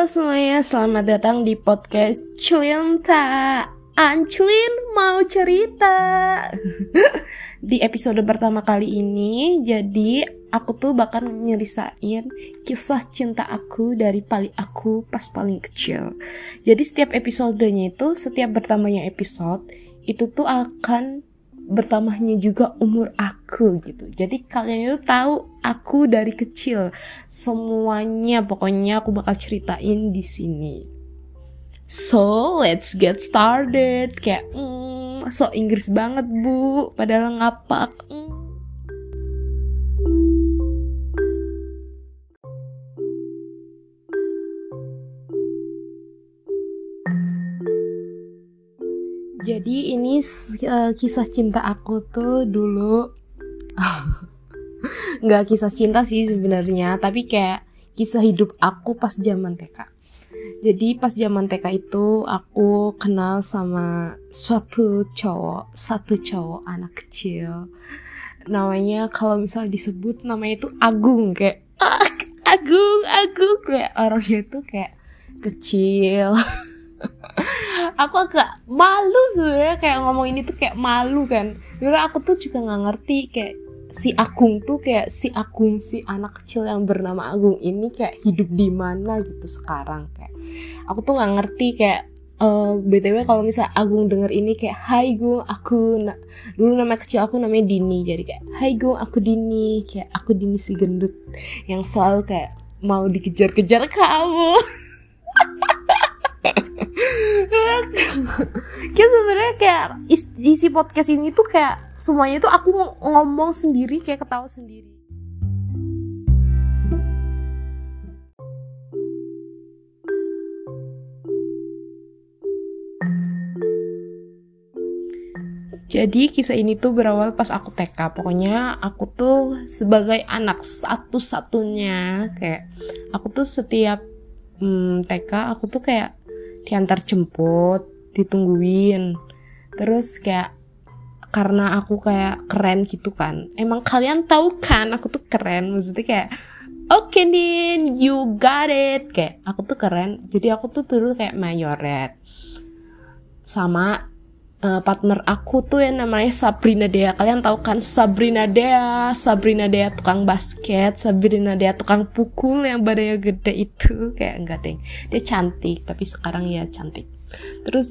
Halo semuanya, selamat datang di podcast Cinta. Anclin mau cerita. Di episode pertama kali ini, jadi aku tuh bakal nyerisain kisah cinta aku dari aku pas paling kecil. Jadi setiap episodenya itu, setiap bertambahnya episode, itu tuh akan bertambahnya juga umur aku gitu. Jadi kalian itu tahu aku dari kecil. Semuanya pokoknya aku bakal ceritain di sini. So, let's get started. Kayak so Inggris banget, Bu. Padahal ngapak. Jadi ini kisah cinta aku tuh dulu nggak kisah cinta sih sebenarnya, tapi kayak kisah hidup aku pas zaman TK. Jadi pas zaman TK itu aku kenal sama satu cowok anak kecil. Namanya kalau misalnya disebut namanya itu Agung, kayak Agung kayak orangnya itu kayak kecil. Aku agak malu sebenarnya kayak ngomong ini tuh kayak malu kan. Dulu aku tuh juga nggak ngerti kayak si Agung tuh kayak si anak kecil yang bernama Agung ini kayak hidup di mana gitu sekarang. Kayak aku tuh nggak ngerti kayak BTW kalau misalnya Agung denger ini kayak Hai Gung, dulu nama kecil aku namanya Dini, jadi kayak Hai Gung, aku Dini, kayak aku Dini si gendut yang selalu kayak mau dikejar-kejar kamu. Kayak sebenarnya kayak isi podcast ini tuh kayak semuanya tuh aku ngomong sendiri kayak ketawa sendiri. Jadi kisah ini tuh berawal pas aku TK. Pokoknya aku tuh sebagai anak satu-satunya kayak aku tuh setiap TK aku tuh kayak diantar jemput, ditungguin. Terus kayak karena aku kayak keren gitu kan. Emang kalian tahu kan aku tuh keren. Maksudnya kayak okay, Din, you got it. Kayak aku tuh keren. Jadi aku tuh dulu kayak mayoret. Sama partner aku tuh yang namanya Sabrina Dea. Kalian tahu kan Sabrina Dea tukang basket, Sabrina Dea tukang pukul yang badannya gede itu. Kayak enggak deng, dia cantik tapi sekarang ya cantik. Terus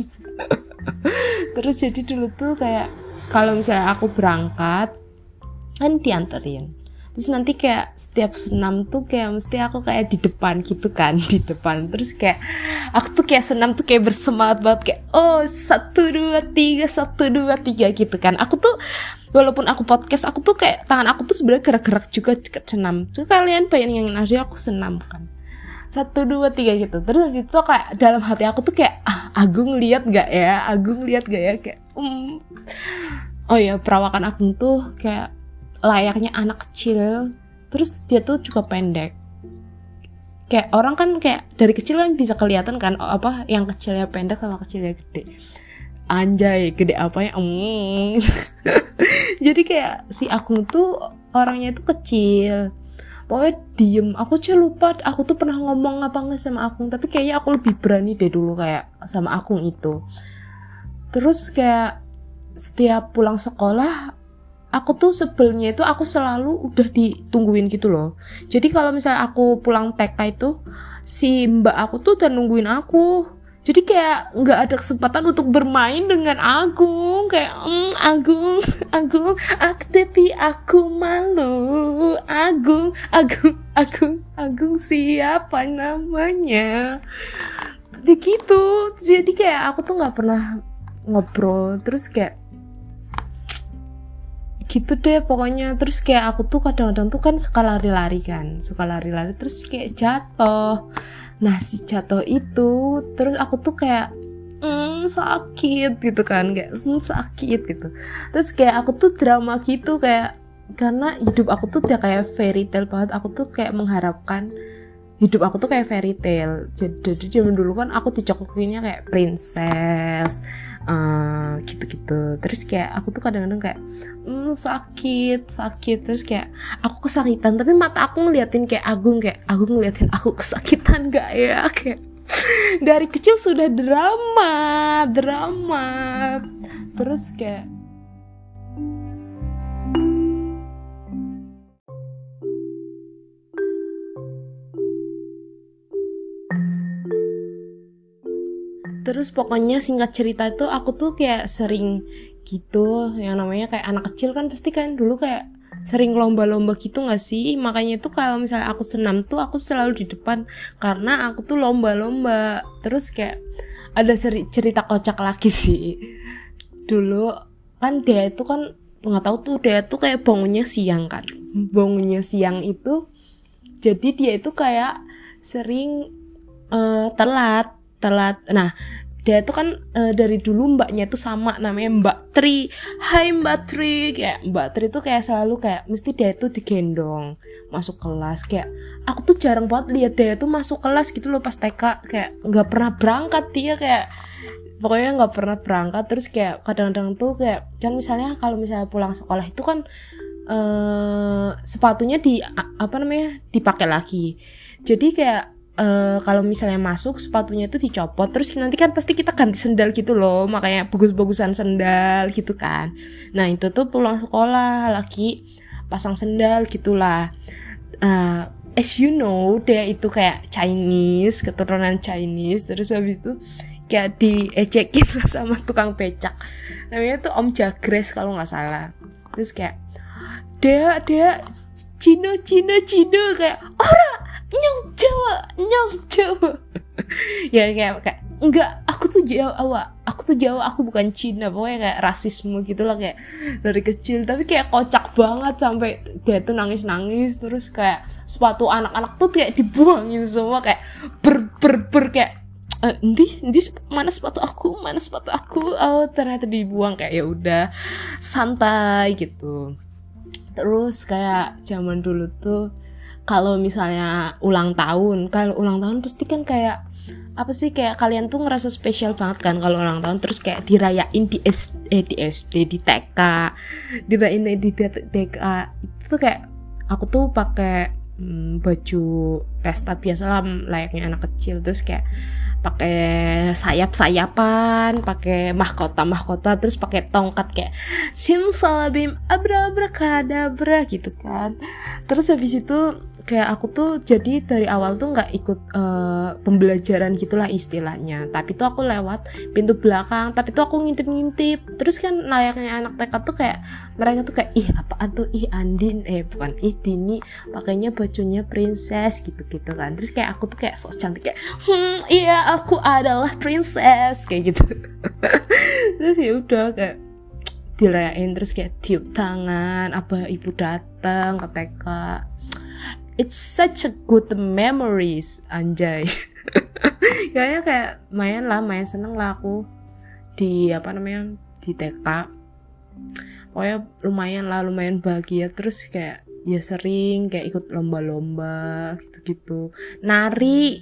jadi dulu tuh kayak kalau misalnya aku berangkat kan dianterin. Terus nanti kayak setiap senam tuh kayak mesti aku kayak di depan gitu kan, di depan. Terus kayak aku tuh kayak senam tuh kayak bersemangat banget kayak 1, 2, 3 gitu kan. Aku tuh walaupun aku podcast aku tuh kayak tangan aku tuh sebenarnya gerak-gerak juga deket senam. Tuh kalian bayangin aja aku senam kan. 1, 2, 3 gitu. Terus gitu kayak dalam hati aku tuh kayak Agung lihat gak ya kayak oh ya perawakan Agung tuh kayak layaknya anak kecil. Terus dia tuh juga pendek. Kayak orang kan kayak dari kecil kan bisa kelihatan kan apa yang kecilnya pendek sama kecilnya gede. Anjay, gede apa ya? Jadi kayak si Agung tuh orangnya tuh kecil. Pokoknya diem. Aku aja lupa aku tuh pernah ngomong apa enggak sama Agung, tapi kayaknya aku lebih berani deh dulu kayak sama Agung itu. Terus kayak setiap pulang sekolah aku tuh sebelnya itu aku selalu udah ditungguin gitu loh. Jadi kalau misalnya aku pulang TK itu si mbak aku tuh udah nungguin aku. Jadi kayak nggak ada kesempatan untuk bermain dengan Agung. Kayak Agung, tapi aku malu. Agung siapa namanya? Begitu. Jadi kayak aku tuh nggak pernah ngobrol. Terus kayak gitu deh pokoknya. Terus kayak aku tuh kadang-kadang tuh kan suka lari-lari terus kayak jatuh. Nah si jatuh itu terus aku tuh kayak sakit gitu kan, kayak sakit gitu. Terus kayak aku tuh drama gitu kayak karena hidup aku tuh udah kayak fairy tale banget. Aku tuh kayak mengharapkan hidup aku tuh kayak fairy tale. Jadi zaman dulu kan aku dicokokinnya kayak princess, gitu-gitu. Terus kayak aku tuh kadang-kadang kayak sakit. Terus kayak aku kesakitan, tapi mata aku ngeliatin kayak Agung ngeliatin aku kesakitan gak ya, kayak dari kecil sudah drama. Terus kayak terus pokoknya singkat cerita itu aku tuh kayak sering gitu, yang namanya kayak anak kecil kan pasti kan dulu kayak sering lomba-lomba gitu gak sih? Makanya itu kalau misalnya aku senam tuh aku selalu di depan karena aku tuh lomba-lomba. Terus kayak ada cerita kocak lagi sih. Dulu kan dia itu kan nggak tahu tuh, dia tuh kayak bangunnya siang kan. Bangunnya siang itu jadi dia itu kayak sering telat. Nah, dia tuh kan dari dulu mbaknya tuh sama, namanya Mbak Tri. Hai Mbak Tri, kayak Mbak Tri tuh kayak selalu kayak mesti dia tuh digendong masuk kelas. Kayak aku tuh jarang banget lihat dia tuh masuk kelas gitu loh pas TK, kayak nggak pernah berangkat dia, kayak pokoknya nggak pernah berangkat. Terus kayak kadang-kadang tuh kayak kan misalnya kalau misalnya pulang sekolah itu kan sepatunya dipakai lagi. Jadi kayak kalau misalnya masuk sepatunya itu dicopot, terus nanti kan pasti kita ganti sendal gitu loh, makanya bagus-bagusan sendal gitu kan. Nah itu tuh pulang sekolah lagi pasang sendal gitulah. As you know, dia itu kayak Chinese, keturunan Chinese. Terus habis itu kayak diecekin lah sama tukang becak, namanya tuh Om Jagres kalau nggak salah. Terus kayak dia Cina kayak ora nyong Jawa ya kayak enggak, aku tuh Jawa, aku bukan Cina. Pokoknya kayak rasisme gitu lah kayak dari kecil. Tapi kayak kocak banget sampai dia tuh nangis. Terus kayak sepatu anak-anak tuh kayak dibuangin semua, kayak ber kayak Ndi mana sepatu aku, oh ternyata dibuang. Kayak ya udah santai gitu. Terus kayak zaman dulu tuh kalau misalnya ulang tahun pasti kan kayak apa sih, kayak kalian tuh ngerasa spesial banget kan kalau ulang tahun. Terus kayak dirayain di SD, di TK, dirayain di TK itu tuh kayak aku tuh pakai baju pesta biasa lah layaknya anak kecil. Terus kayak pakai sayap-sayapan, pakai mahkota, terus pakai tongkat kayak simsalabim abrakadabra gitu kan. Terus habis itu kayak aku tuh jadi dari awal tuh nggak ikut pembelajaran gitulah istilahnya, tapi tuh aku lewat pintu belakang, tapi tuh aku ngintip. Terus kan layaknya anak TK tuh kayak mereka tuh kayak ih apaan tuh, ih Andin bukan ih Dini pakainya bajunya princess gitu kan. Terus kayak aku tuh kayak sok cantik kayak iya aku adalah princess kayak gitu. Terus ya udah kayak dirayain, terus kayak tiup tangan apa ibu datang ke TK. It's such a good memories, anjay. Kayaknya kayak main seneng lah aku di di TK. Pokoknya lumayan bahagia. Terus kayak ya sering kayak ikut lomba-lomba gitu-gitu. Nari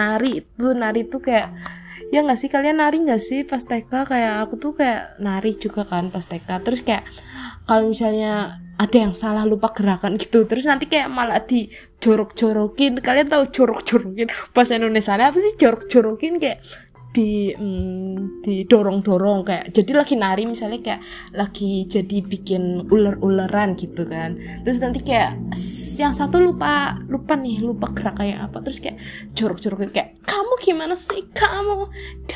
itu kayak ya nggak sih, kalian nari nggak sih pas TK? Kayak aku tuh kayak nari juga kan pas TK. Terus kayak kalau misalnya ada yang salah lupa gerakan gitu, terus nanti kayak malah dijorok-jorokin. Kalian tahu jorok-jorokin bahasa Indonesianya apa sih? Jorok-jorokin kayak didorong-dorong, kayak jadi lagi nari misalnya kayak lagi jadi bikin uler-uleran gitu kan. Terus nanti kayak yang satu lupa gerakannya apa, terus kayak jorok-jorokin kayak kamu gimana sih, kamu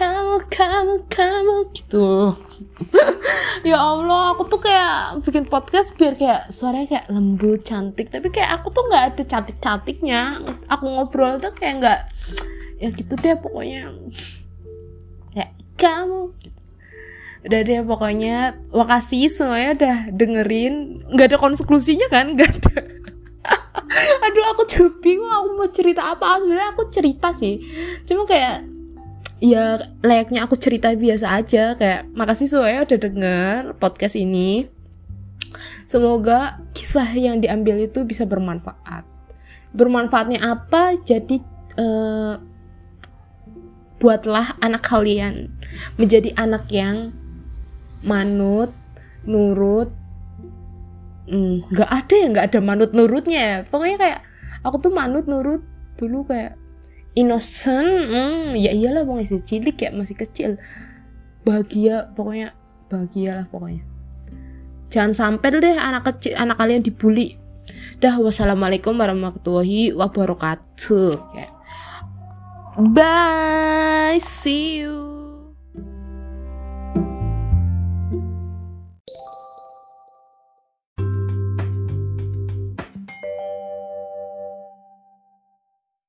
gitu. Ya Allah, aku tuh kayak bikin podcast biar kayak suaranya kayak lembut cantik, tapi kayak aku tuh nggak ada cantik-cantiknya. Aku ngobrol tuh kayak nggak ya gitu deh pokoknya. Kayak kamu gitu. Udah deh pokoknya, makasih semuanya udah dengerin. Gak ada konklusinya kan, gak ada. Aduh aku juga bingung aku mau cerita apa. Sebenarnya aku cerita sih, cuma kayak ya layaknya aku cerita biasa aja. Kayak makasih semuanya udah denger podcast ini. Semoga kisah yang diambil itu bisa bermanfaat. Bermanfaatnya apa? Jadi buatlah anak kalian menjadi anak yang manut, nurut. Nggak ada manut nurutnya. Pokoknya kayak aku tuh manut nurut dulu kayak innocent. Ya iyalah masih cilik ya, masih kecil. Bahagia, pokoknya bahagialah pokoknya. Jangan sampai deh anak kalian dibully. Dah, wassalamualaikum warahmatullahi wabarakatuh. Bye, see you.